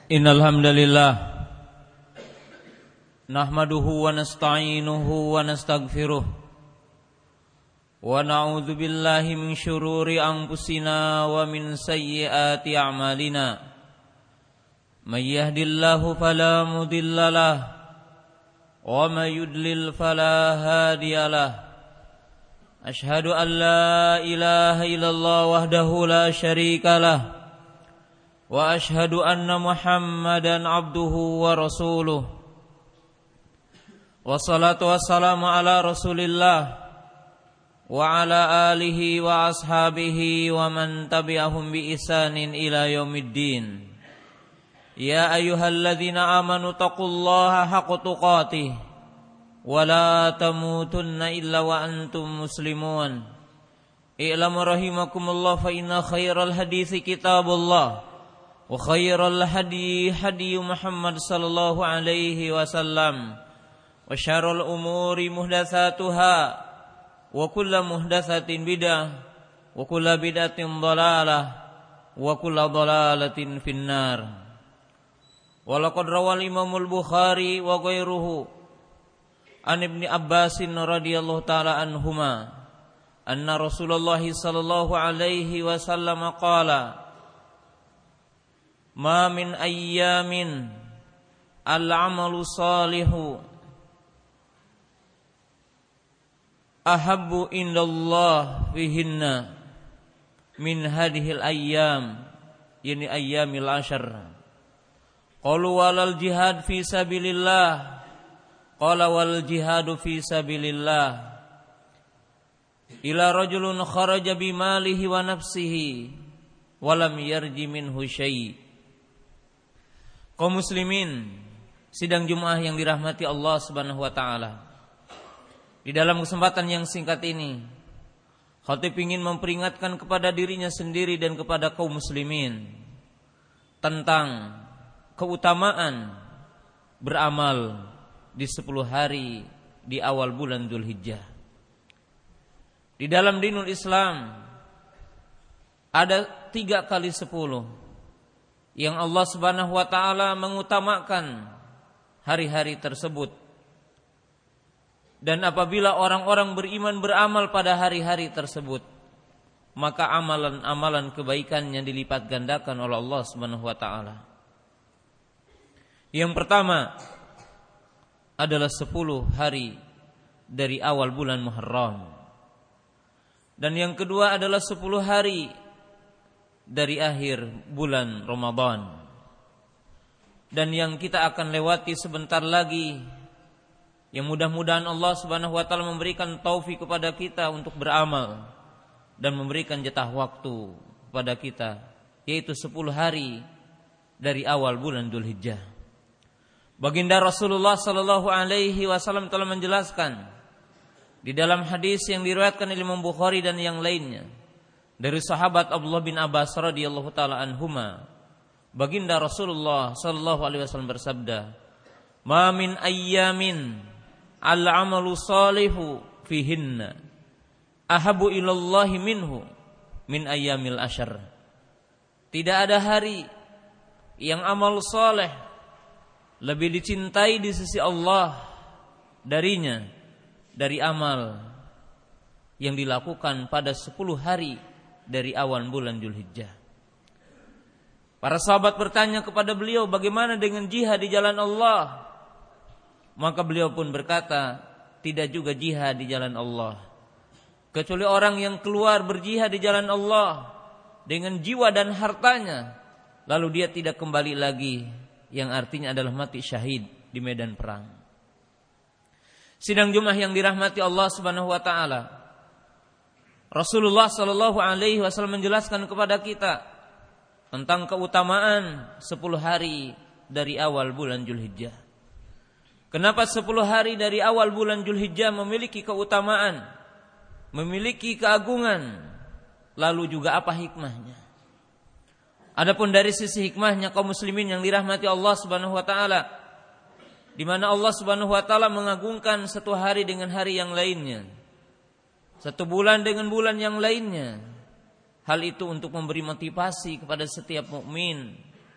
Innal hamdalillah nahmaduhu wa nasta'inuhu wa nastaghfiruh wa na'udzu billahi min syururi anfusina wa min sayyiati a'malina. May yahdihillahu fala mudhillalah wa may yudlil fala hadiyalah. Ashhadu an la ilaha illallah wahdahu la syarikalah wa ashhadu anna Muhammadan abduhu wa rasuluh. Wassalatu wassalamu ala Rasulillah wa ala alihi wa ashabihi wa man tabi'ahum bi ihsanin ila yaumiddin. Ya ayyuhalladzina amanu taqullaha haqqa tuqatih wa la tamutunna illa wa antum muslimun. I'lamu rahimakumullah fa inna khairal hadithi kitabullah wa khairal hadi hadi Muhammad sallallahu alaihi wasallam wa syarrul umuri muhdatsatuha wa kullu muhdatsatin bid'ah wa kullu bid'atin dhalalah wa kullu dhalalatin finnar. Wa laqad rawal Imamul Bukhari wa ghairuhu an Ibni Abbasin radhiyallahu ta'ala anhuma anna Rasulullah sallallahu alaihi wasallam qala ma min ayyamin al-amalu salihu ahabbu indallah fihinna min hadhil ayyam, yani ayyamil ashar. Qalu walal jihad fi sabilillah, qala wal jihadu fi sabilillah ila rajulun kharaja bimalihi wa nafsihi walam yarji minhu syai'. Kaum muslimin sidang Jumat yang dirahmati Allah Subhanahu wa taala. Di dalam kesempatan yang singkat ini, khatib ingin memperingatkan kepada dirinya sendiri dan kepada kaum muslimin tentang keutamaan beramal di 10 hari di awal bulan Dzulhijjah. Di dalam dinul Islam ada 3 kali 10 yang Allah Subhanahu wa taala mengutamakan hari-hari tersebut. Dan apabila orang-orang beriman beramal pada hari-hari tersebut, maka amalan-amalan kebaikannya dilipat gandakan oleh Allah Subhanahu wa taala. Yang pertama adalah 10 hari dari awal bulan Muharram. Dan yang kedua adalah 10 hari dari akhir bulan Ramadan. Dan yang kita akan lewati sebentar lagi, yang mudah-mudahan Allah Subhanahu wa taala memberikan taufik kepada kita untuk beramal dan memberikan jatah waktu kepada kita, yaitu 10 hari dari awal bulan Dzulhijjah. Baginda Rasulullah sallallahu alaihi wasallam telah menjelaskan di dalam hadis yang diriwayatkan oleh Imam Bukhari dan yang lainnya dari sahabat Abdullah bin Abbas radhiyallahu taala anhuma, baginda Rasulullah sallallahu alaihi wasallam bersabda, "Ma min ayyamin al-amalu salihu fihinna ahabu ilallahi minhu min ayyamil ashar." Tidak ada hari yang amal saleh lebih dicintai di sisi Allah darinya dari amal yang dilakukan pada 10 hari dari awal bulan Dzulhijjah. Para sahabat bertanya kepada beliau, bagaimana dengan jihad di jalan Allah? Maka beliau pun berkata, tidak juga jihad di jalan Allah, kecuali orang yang keluar berjihad di jalan Allah dengan jiwa dan hartanya, lalu dia tidak kembali lagi, yang artinya adalah mati syahid di medan perang. Sidang Jumat yang dirahmati Allah Subhanahu wa taala, Rasulullah sallallahu alaihi wasallam menjelaskan kepada kita tentang keutamaan 10 hari dari awal bulan Dzulhijjah. Kenapa 10 hari dari awal bulan Dzulhijjah memiliki keutamaan, memiliki keagungan, lalu juga apa hikmahnya? Adapun dari sisi hikmahnya, kaum muslimin yang dirahmati Allah Subhanahu wa taala, di mana Allah Subhanahu wa taala mengagungkan satu hari dengan hari yang lainnya, satu bulan dengan bulan yang lainnya. Hal itu untuk memberi motivasi kepada setiap mukmin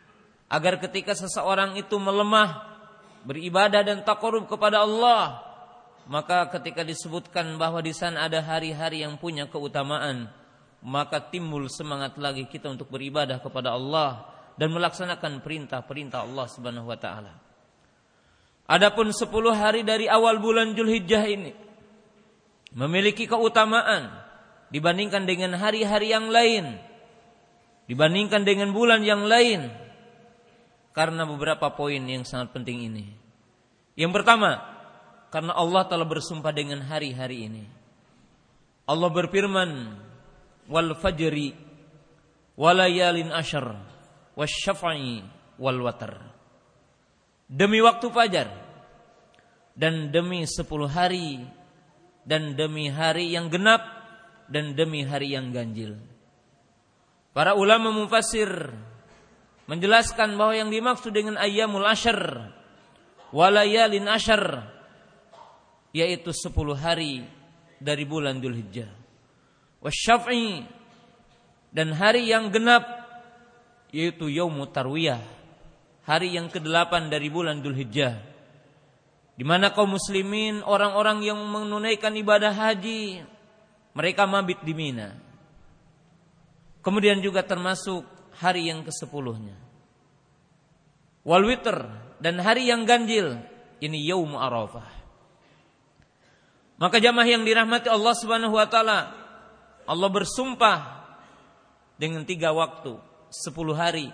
agar ketika seseorang itu melemah beribadah dan taqarrub kepada Allah, maka ketika disebutkan bahwa di sana ada hari-hari yang punya keutamaan, maka timbul semangat lagi kita untuk beribadah kepada Allah dan melaksanakan perintah-perintah Allah Subhanahu wa taala. Adapun 10 hari dari awal bulan Dzulhijjah ini memiliki keutamaan dibandingkan dengan hari-hari yang lain, dibandingkan dengan bulan yang lain, karena beberapa poin yang sangat penting ini. Yang pertama, karena Allah telah bersumpah dengan hari-hari ini. Allah berfirman, wal fajri walayalin ashar wasyaf'i wal watar. Demi waktu fajar dan demi 10 hari dan demi hari yang genap dan demi hari yang ganjil. Para ulama mufassir menjelaskan bahwa yang dimaksud dengan ayyamul ashar walayalin ashar yaitu 10 hari dari bulan Dzulhijjah. Wasyaf'i dan hari yang genap yaitu yaumut tarwiyah, hari yang ke-8 dari bulan Dzulhijjah, di mana kaum muslimin, orang-orang yang menunaikan ibadah haji, mereka mabit di Mina. Kemudian juga termasuk hari yang ke-10-nya. Wal witr dan hari yang ganjil, ini yaum Arafah. Maka jamaah yang dirahmati Allah Subhanahu wa taala, Allah bersumpah dengan 3 waktu, 10 hari,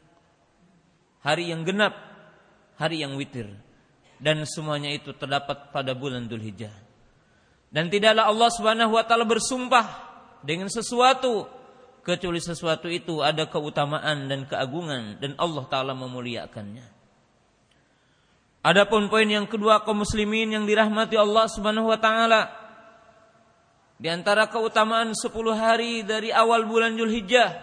hari yang genap, hari yang witir, dan semuanya itu terdapat pada bulan Dzulhijjah. Dan tidaklah Allah Subhanahu wa taala bersumpah dengan sesuatu kecuali sesuatu itu ada keutamaan dan keagungan dan Allah taala memuliakannya. Adapun poin yang kedua, kaum muslimin yang dirahmati Allah Subhanahu wa taala, di antara keutamaan 10 hari dari awal bulan Dzulhijjah,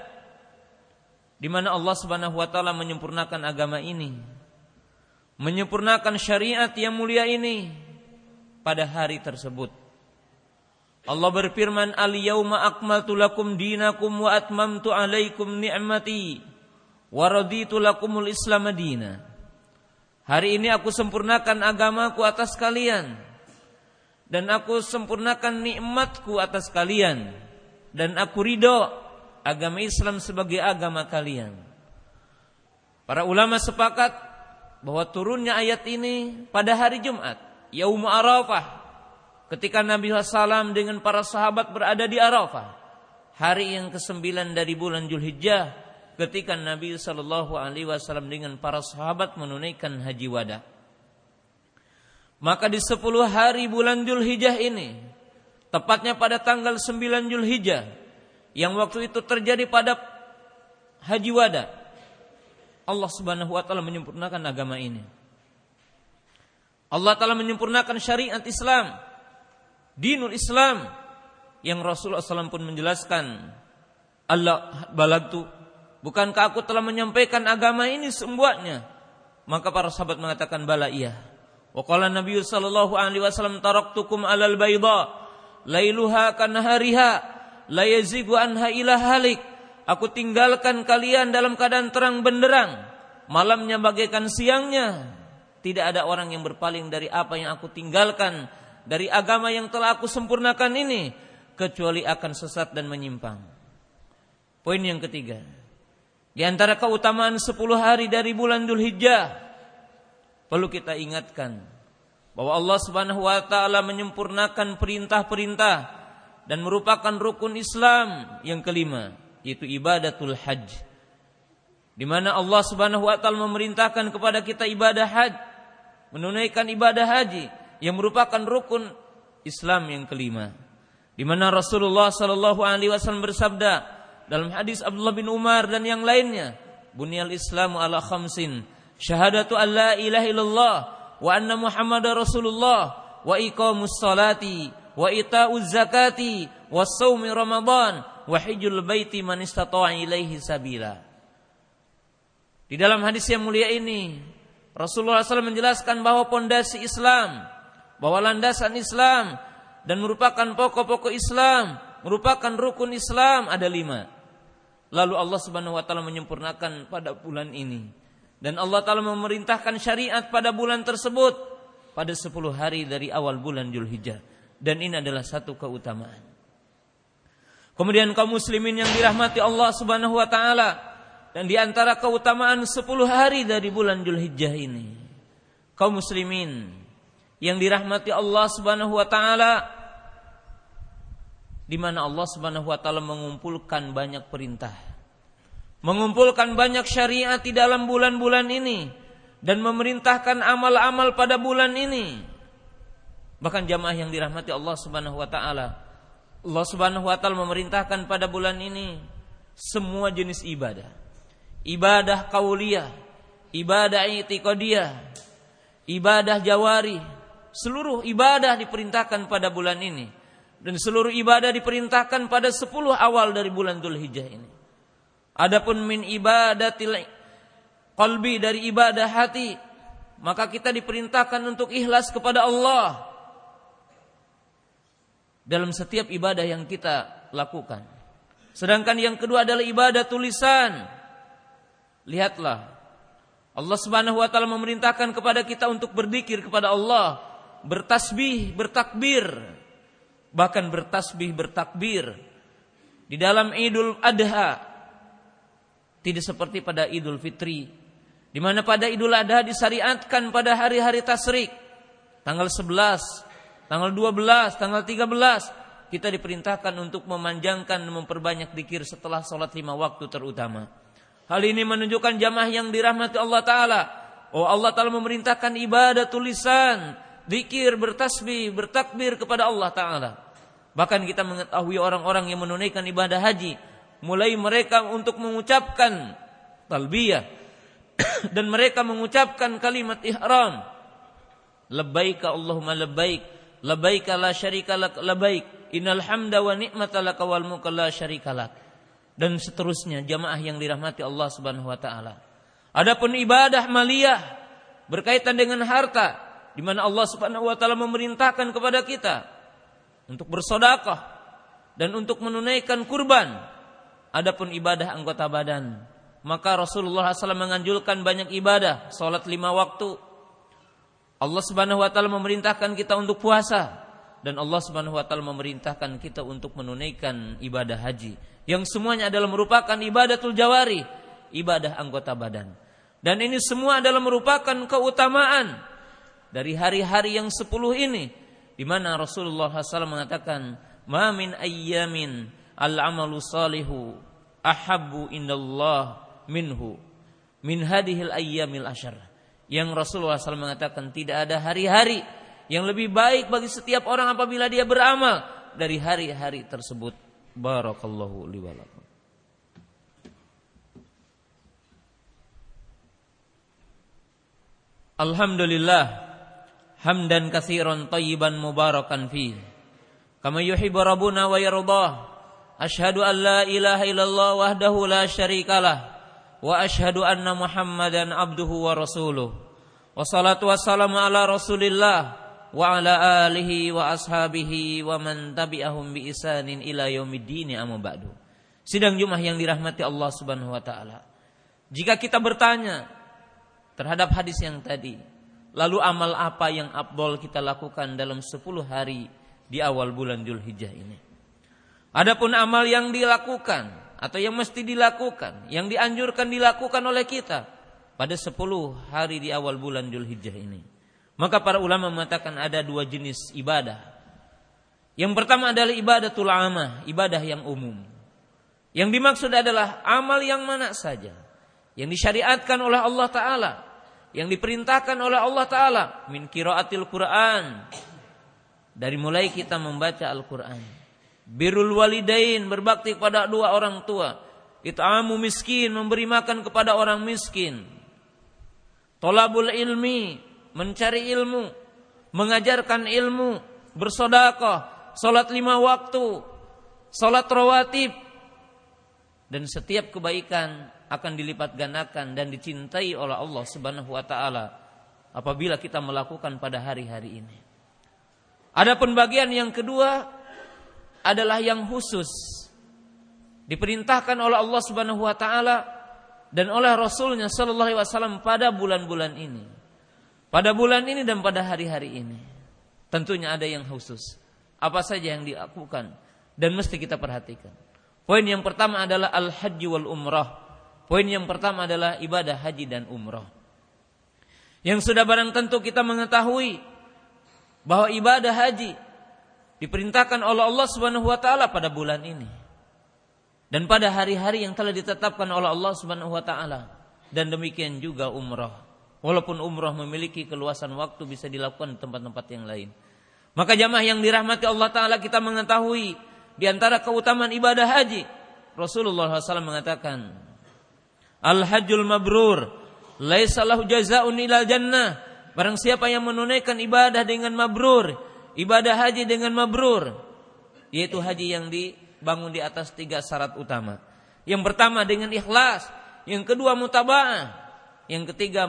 di mana Allah Subhanahu wa taala menyempurnakan agama ini, menyempurnakan syariat yang mulia ini pada hari tersebut. Allah berfirman, al-yauma akmaltu lakum dinakum wa atmamtu alaikum ni'mati wa raditu lakumul Islam madina. Hari ini aku sempurnakan agamaku atas kalian dan aku sempurnakan nikmatku atas kalian dan aku ridho agama Islam sebagai agama kalian. Para ulama sepakat bahwa turunnya ayat ini pada hari Jumat, Yaum Arafah, ketika Nabi SAW dengan para sahabat berada di Arafah, hari yang ke-9 dari bulan Dzulhijjah, ketika Nabi SAW dengan para sahabat menunaikan haji wada. Maka di 10 hari bulan Dzulhijjah ini, tepatnya pada tanggal 9 Dzulhijjah, yang waktu itu terjadi pada haji wada, Allah Subhanahu wa taala menyempurnakan agama ini. Allah taala menyempurnakan syariat Islam, dinul Islam, yang Rasulullah SAW pun menjelaskan, Allah balagtu, bukankah aku telah menyampaikan agama ini semuanya? Maka para sahabat mengatakan, bala iya. Wa qala Nabi sallallahu alaihi wasallam, taraktukum alal bayda lailuha kanahariha la yazigu anha ila halik. Aku tinggalkan kalian dalam keadaan terang benderang, malamnya bagaikan siangnya. Tidak ada orang yang berpaling dari apa yang aku tinggalkan, dari agama yang telah aku sempurnakan ini, kecuali akan sesat dan menyimpang. Poin yang ketiga, di antara keutamaan 10 hari dari bulan Dzulhijjah, perlu kita ingatkan bahwa Allah Subhanahu wa taala menyempurnakan perintah-perintah dan merupakan rukun Islam yang kelima, yaitu ibadatul hajj. Di mana Allah Subhanahu wa taala memerintahkan kepada kita ibadah haji, menunaikan ibadah haji yang merupakan rukun Islam yang kelima. Di mana Rasulullah sallallahu alaihi wasallam bersabda dalam hadis Abdullah bin Umar dan yang lainnya, bunyal Islamu ala khamsin, syahadatu an la ilaha illallah wa anna Muhammadar Rasulullah wa iqamus salati wa ita'uz zakati wa shaumi Ramadan wa hajjul baiti man istata'a ilaihi sabila. Di dalam hadis yang mulia ini Rasulullah SAW menjelaskan bahwa pondasi Islam, bahwa landasan Islam dan merupakan pokok-pokok Islam, merupakan rukun Islam ada 5. Lalu Allah Subhanahu wa taala menyempurnakan pada bulan ini Dan Allah Ta'ala memerintahkan syariat pada bulan tersebut pada 10 hari dari awal bulan Dzulhijjah. Dan ini adalah satu keutamaan. Kemudian kaum muslimin yang dirahmati Allah Subhanahu wa taala, dan di antara keutamaan 10 hari dari bulan Dzulhijjah ini, kaum muslimin yang dirahmati Allah Subhanahu wa taala, di mana Allah Subhanahu wa taala mengumpulkan banyak perintah, mengumpulkan banyak syariat di dalam bulan-bulan ini, dan memerintahkan amal-amal pada bulan ini. Bahkan jamaah yang dirahmati Allah Subhanahu wa taala, Allah Subhanahu wa taala memerintahkan pada bulan ini semua jenis ibadah. Ibadah qauliyah, ibadah i'tiqadiyah, ibadah jawari, seluruh ibadah diperintahkan pada bulan ini. Dan seluruh ibadah diperintahkan pada 10 awal dari bulan Dzulhijjah ini. Adapun min ibadatil qalbi, dari ibadah hati, maka kita diperintahkan untuk ikhlas kepada Allah dalam setiap ibadah yang kita lakukan. Sedangkan yang kedua adalah ibadah tulisan. Lihatlah, Allah Subhanahu wa taala memerintahkan kepada kita untuk berzikir kepada Allah, bertasbih, bertakbir, bahkan bertasbih, bertakbir di dalam Idul Adha. Tidak seperti pada Idul Fitri, di mana pada Idul Adha disyariatkan pada hari-hari tasyrik, tanggal 11, tanggal 12, tanggal 13, kita diperintahkan untuk memanjangkan dan memperbanyak zikir setelah sholat 5 waktu terutama. Hal ini menunjukkan jamaah yang dirahmati Allah Ta'ala, Allah Ta'ala memerintahkan ibadah tulisan, zikir, bertasbih, bertakbir kepada Allah Ta'ala. Bahkan kita mengetahui orang-orang yang menunaikan ibadah haji, mulai mereka untuk mengucapkan talbiyah dan mereka mengucapkan kalimat ihram, labbaika Allahumma labbaik, labbaika la syarika lak labbaik, innal hamda wa ni'mata laka wal mulku la syarika lak, dan seterusnya. Jamaah yang dirahmati Allah Subhanahu wa taala. Adapun ibadah maliyah berkaitan dengan harta, di mana Allah Subhanahu wa taala memerintahkan kepada kita untuk bersedekah dan untuk menunaikan kurban. Adapun ibadah anggota badan, maka Rasulullah SAW menganjurkan banyak ibadah, salat 5 waktu. Allah Subhanahu wa taala memerintahkan kita untuk puasa, dan Allah Subhanahu wa taala memerintahkan kita untuk menunaikan ibadah haji, yang semuanya adalah merupakan ibadatul jawari, ibadah anggota badan. Dan ini semua adalah merupakan keutamaan dari hari-hari yang 10 ini, di mana Rasulullah SAW mengatakan, "Ma min ayyamin al-amalu salihu ahabbu indallah minhu min hadhil ayyamil asyar." Yang Rasulullah SAW mengatakan, tidak ada hari-hari yang lebih baik bagi setiap orang apabila dia beramal dari hari-hari tersebut. Barakallahu li wa lakum. Alhamdulillah hamdan katsiran thayyiban mubarakan fihi kama yuhibbu rabbuna wa yardah. Asyhadu an la ilaha illallah wahdahu la syarikalah wa asyhadu anna Muhammadan abduhu wa rasuluh. Wassalatu wassalamu ala Rasulillah wa ala alihi wa ashabihi wa man tabi'ahum bi ihsanin ila yaumiddin, amma ba'du. Sidang Jumat yang dirahmati Allah Subhanahu wa taala. Jika kita bertanya terhadap hadis yang tadi, lalu amal apa yang afdal kita lakukan dalam 10 hari di awal bulan Dzulhijjah ini? Adapun amal yang dilakukan atau yang mesti dilakukan, yang dianjurkan dilakukan oleh kita pada 10 hari di awal bulan Dzulhijjah ini, maka para ulama mengatakan ada 2 jenis ibadah. Yang pertama adalah ibadatul amah, ibadah yang umum. Yang dimaksud adalah amal yang mana saja yang disyariatkan oleh Allah Ta'ala, yang diperintahkan oleh Allah Ta'ala, min qiraatil Quran, dari mulai kita membaca Al-Quran, birrul walidain, berbakti kepada 2 orang tua, it'amu miskin, memberi makan kepada orang miskin, tolabul ilmi, mencari ilmu, mengajarkan ilmu, bersedekah, salat 5 waktu, salat rawatib, dan setiap kebaikan akan dilipat gandakan dan dicintai oleh Allah Subhanahu wa taala apabila kita melakukan pada hari-hari ini. Adapun bagian yang kedua adalah yang khusus, diperintahkan oleh Allah Subhanahu wa taala dan oleh Rasulnya sallallahu alaihi wasallam pada bulan-bulan ini. Pada bulan ini dan pada hari-hari ini. Tentunya ada yang khusus. Apa saja yang dilakukan dan mesti kita perhatikan. Poin yang pertama adalah al-hajj wal umrah. Poin yang pertama adalah ibadah haji dan umrah. Yang sudah barang tentu kita mengetahui bahwa ibadah haji diperintahkan oleh Allah Subhanahu wa taala pada bulan ini. Dan pada hari-hari yang telah ditetapkan oleh Allah Subhanahu wa taala. Dan demikian juga umrah. Walaupun umrah memiliki keluasan waktu bisa dilakukan di tempat-tempat yang lain. Maka jamaah yang dirahmati Allah taala, kita mengetahui di antara keutamaan ibadah haji, Rasulullah SAW mengatakan, Al-hajjul mabrur laisa lahu jazaa'un ilal jannah. Barang siapa yang menunaikan ibadah dengan mabrur, ibadah haji dengan mabrur, yaitu haji yang dibangun di atas 3 syarat utama. Yang pertama dengan ikhlas, yang kedua mutaba'ah, yang ketiga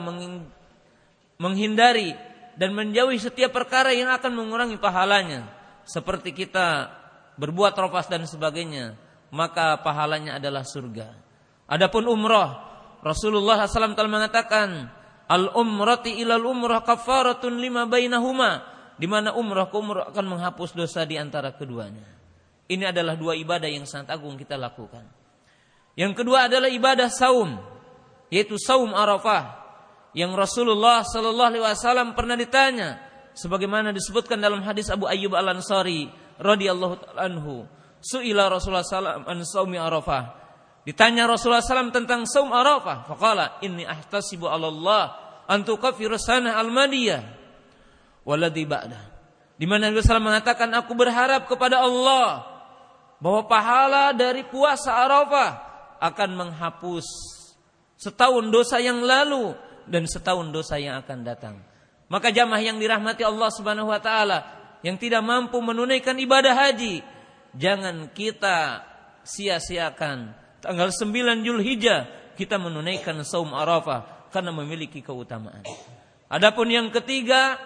menghindari dan menjauhi setiap perkara yang akan mengurangi pahalanya, seperti kita berbuat rafas dan sebagainya, maka pahalanya adalah surga. Adapun umrah, Rasulullah SAW telah mengatakan, al-umrati ilal umrah kafaratun lima bainahuma, di mana umrah ke umrah akan menghapus dosa di antara keduanya. Ini adalah 2 ibadah yang sangat agung kita lakukan. Yang kedua adalah ibadah saum, yaitu saum Arafah, yang Rasulullah sallallahu alaihi wasallam pernah ditanya, sebagaimana disebutkan dalam hadis Abu Ayyub Al-Ansari radhiyallahu ta'ala anhu, su'ila Rasulullah sallallahu an saumi Arafah. Ditanya Rasulullah sallallahu tentang saum Arafah, faqala inni ahtasibu 'ala Allah an tukaffiru sanah al-madiyah waladhi ba'da. Di mana Nabi sallallahu mengatakan, aku berharap kepada Allah bahwa pahala dari puasa Arafah akan menghapus setahun dosa yang lalu dan setahun dosa yang akan datang. Maka jamaah yang dirahmati Allah Subhanahu wa taala, yang tidak mampu menunaikan ibadah haji, jangan kita sia-siakan tanggal 9 Zulhijjah kita menunaikan saum Arafah karena memiliki keutamaan. Adapun yang ketiga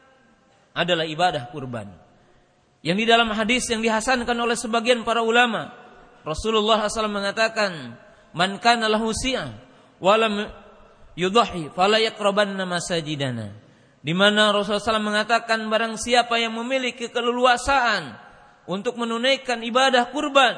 adalah ibadah kurban. Yang di dalam hadis yang dihasankan oleh sebagian para ulama, Rasulullah SAW mengatakan, man kana lahu si'ah walam yudhi fala yaqrabanna masajidana. Di mana Rasulullah SAW mengatakan, barang siapa yang memiliki keleluasaan untuk menunaikan ibadah kurban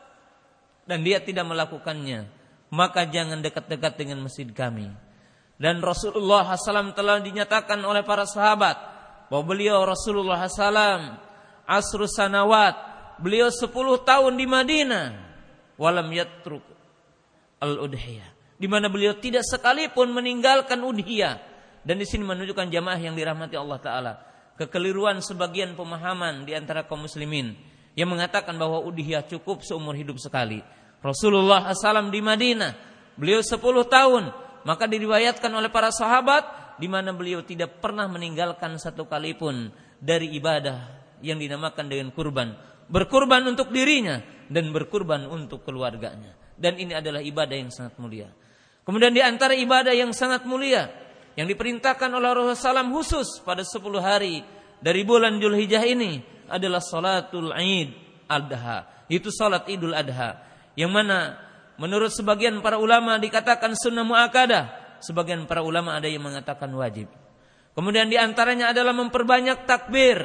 dan dia tidak melakukannya, maka jangan dekat-dekat dengan masjid kami. Dan Rasulullah SAW telah dinyatakan oleh para sahabat bahwa beliau Rasulullah SAW asrus sanawat, beliau 10 tahun di Madinah, walam yatruk al-udhiyah, di mana beliau tidak sekalipun meninggalkan udhiyah. Dan di sini menunjukkan jamaah yang dirahmati Allah Ta'ala, kekeliruan sebagian pemahaman di antara kaum muslimin yang mengatakan bahwa udhiyah cukup seumur hidup sekali. Rasulullah SAW di Madinah, beliau 10 tahun, maka diriwayatkan oleh para sahabat di mana beliau tidak pernah meninggalkan satu kali pun dari ibadah yang dinamakan dengan kurban. Berkurban untuk dirinya dan berkurban untuk keluarganya. Dan ini adalah ibadah yang sangat mulia. Kemudian di antara ibadah yang sangat mulia yang diperintahkan oleh Rasulullah SAW khusus pada 10 hari dari bulan Zulhijjah ini adalah salatul Id Adha, itu salat Idul Adha, yang mana menurut sebagian para ulama dikatakan sunnah muakkadah, sebagian para ulama ada yang mengatakan wajib. Kemudian di antaranya adalah memperbanyak takbir.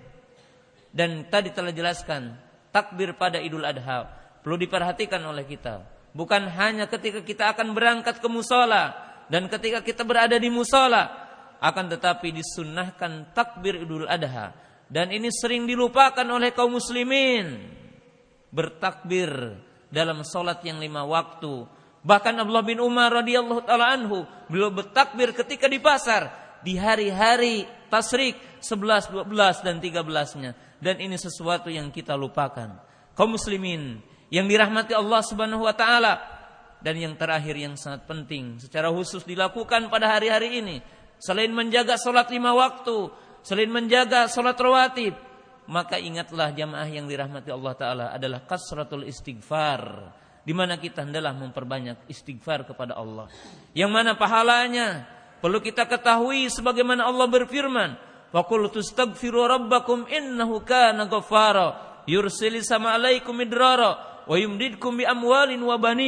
Dan tadi telah jelaskan, takbir pada Idul Adha perlu diperhatikan oleh kita. Bukan hanya ketika kita akan berangkat ke mushola dan ketika kita berada di mushola, akan tetapi disunnahkan takbir Idul Adha. Dan ini sering dilupakan oleh kaum muslimin, bertakbir dalam salat yang 5 waktu. Bahkan Abdullah bin Umar radhiyallahu ta'ala anhu, beliau bertakbir ketika di pasar di hari-hari tasyrik 11, 12 dan 13-nya. Dan ini sesuatu yang kita lupakan. Kaum muslimin yang dirahmati Allah Subhanahu wa taala. Dan yang terakhir yang sangat penting secara khusus dilakukan pada hari-hari ini, selain menjaga salat 5 waktu, selain menjaga salat rawatib, maka ingatlah jamaah yang dirahmati Allah taala adalah kasratul istighfar, di mana kita hendaklah memperbanyak istighfar kepada Allah. Yang mana pahalanya perlu kita ketahui sebagaimana Allah berfirman, wa qul tastaghfiru rabbakum innahu kana ghaffara yursilis sama alaikum midrara wa yumdidkum bi amwalin wa banin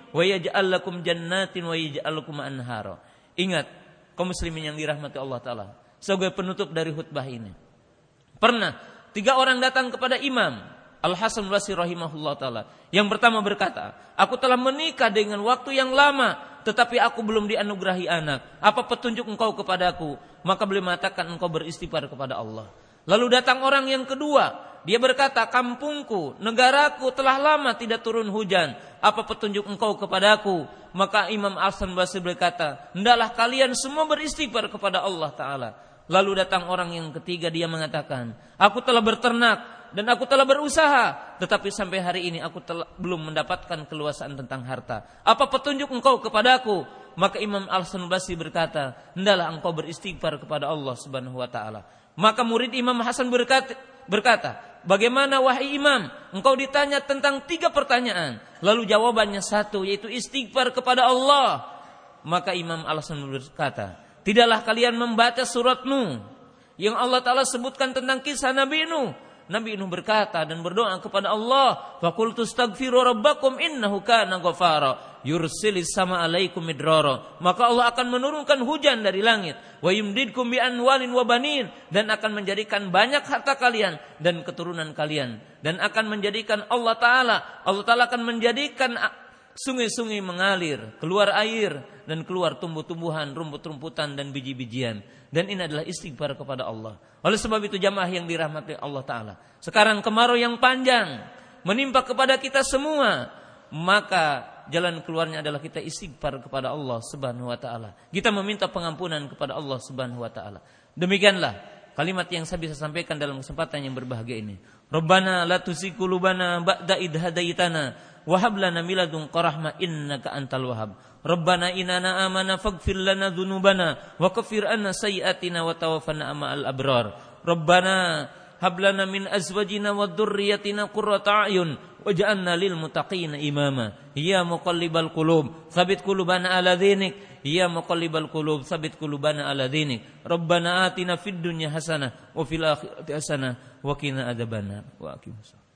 wa yaj'al lakum jannatin wa yaj'al lakum anhara. Ingat, kaum muslimin yang dirahmati Allah taala, sebagai penutup dari khutbah ini. Pernah 3 orang datang kepada Imam Al-Hasan Al-Basri rahimahullah taala. Yang pertama berkata, aku telah menikah dengan waktu yang lama, tetapi aku belum dianugerahi anak. Apa petunjuk engkau kepadaku? Maka beliau mengatakan, engkau beristighfar kepada Allah. Lalu datang orang yang kedua. Dia berkata, kampungku, negaraku telah lama tidak turun hujan. Apa petunjuk engkau kepadaku? Maka Imam Al-Hasan Al-Basri berkata, hendaklah kalian semua beristighfar kepada Allah Ta'ala. Lalu datang orang yang ketiga, dia mengatakan, aku telah berternak dan aku telah berusaha, tetapi sampai hari ini aku belum mendapatkan keluasaan tentang harta. Apa petunjuk engkau kepadaku? Maka Imam Al-Hasan Al-Basri berkata, hendaklah engkau beristighfar kepada Allah Subhanahu wa taala. Maka murid Imam Hasan berkata, bagaimana wahai Imam, engkau ditanya tentang 3 pertanyaan, lalu jawabannya 1, yaitu istighfar kepada Allah. Maka Imam Al-Hasan berkata, tidaklah kalian membaca surat Nuh yang Allah Ta'ala sebutkan tentang kisah Nabi Nuh. Nabi Nuh berkata dan berdoa kepada Allah, faqultu astaghfiru rabbakum innahu kana ghafara yursilis sama alaikum midrara. Maka Allah akan menurunkan hujan dari langit, wa yumdidkum bi anwalin wa banin, dan akan menjadikan banyak harta kalian dan keturunan kalian, dan akan menjadikan Allah Ta'ala akan menjadikan sungai-sungai mengalir, keluar air dan keluar tumbuh-tumbuhan, rumput-rumputan dan biji-bijian. Dan ini adalah istighfar kepada Allah. Oleh sebab itu jamaah yang dirahmati Allah Ta'ala, sekarang kemarau yang panjang menimpa kepada kita semua, maka jalan keluarnya adalah kita istighfar kepada Allah Subhanahu wa taala. Kita meminta pengampunan kepada Allah Subhanahu wa taala. Demikianlah kalimat yang saya bisa sampaikan dalam kesempatan yang berbahagia ini. Rabbana la tuzigh qulubana ba'da idh hadaitana wa hab lana min ladunka rahmah innaka antal wahhab. Rabbana innana amana faghfir lana dzunubana wa kaffir 'anna sayyi'atina wa tawaffana ma'al abrar. Rabbana hab lana min azwajina wa dzurriyyatina qurrata a'yun waj'alna lil muttaqina imama. Ya muqallibal qulub tsabbit qulubana 'ala dinik. Ya muqallibal qulub tsabbit qulubana 'ala dinik. Rabbana atina fid dunya hasanah wa fil akhirati hasanah wa qina adzabannar. Wa aqimus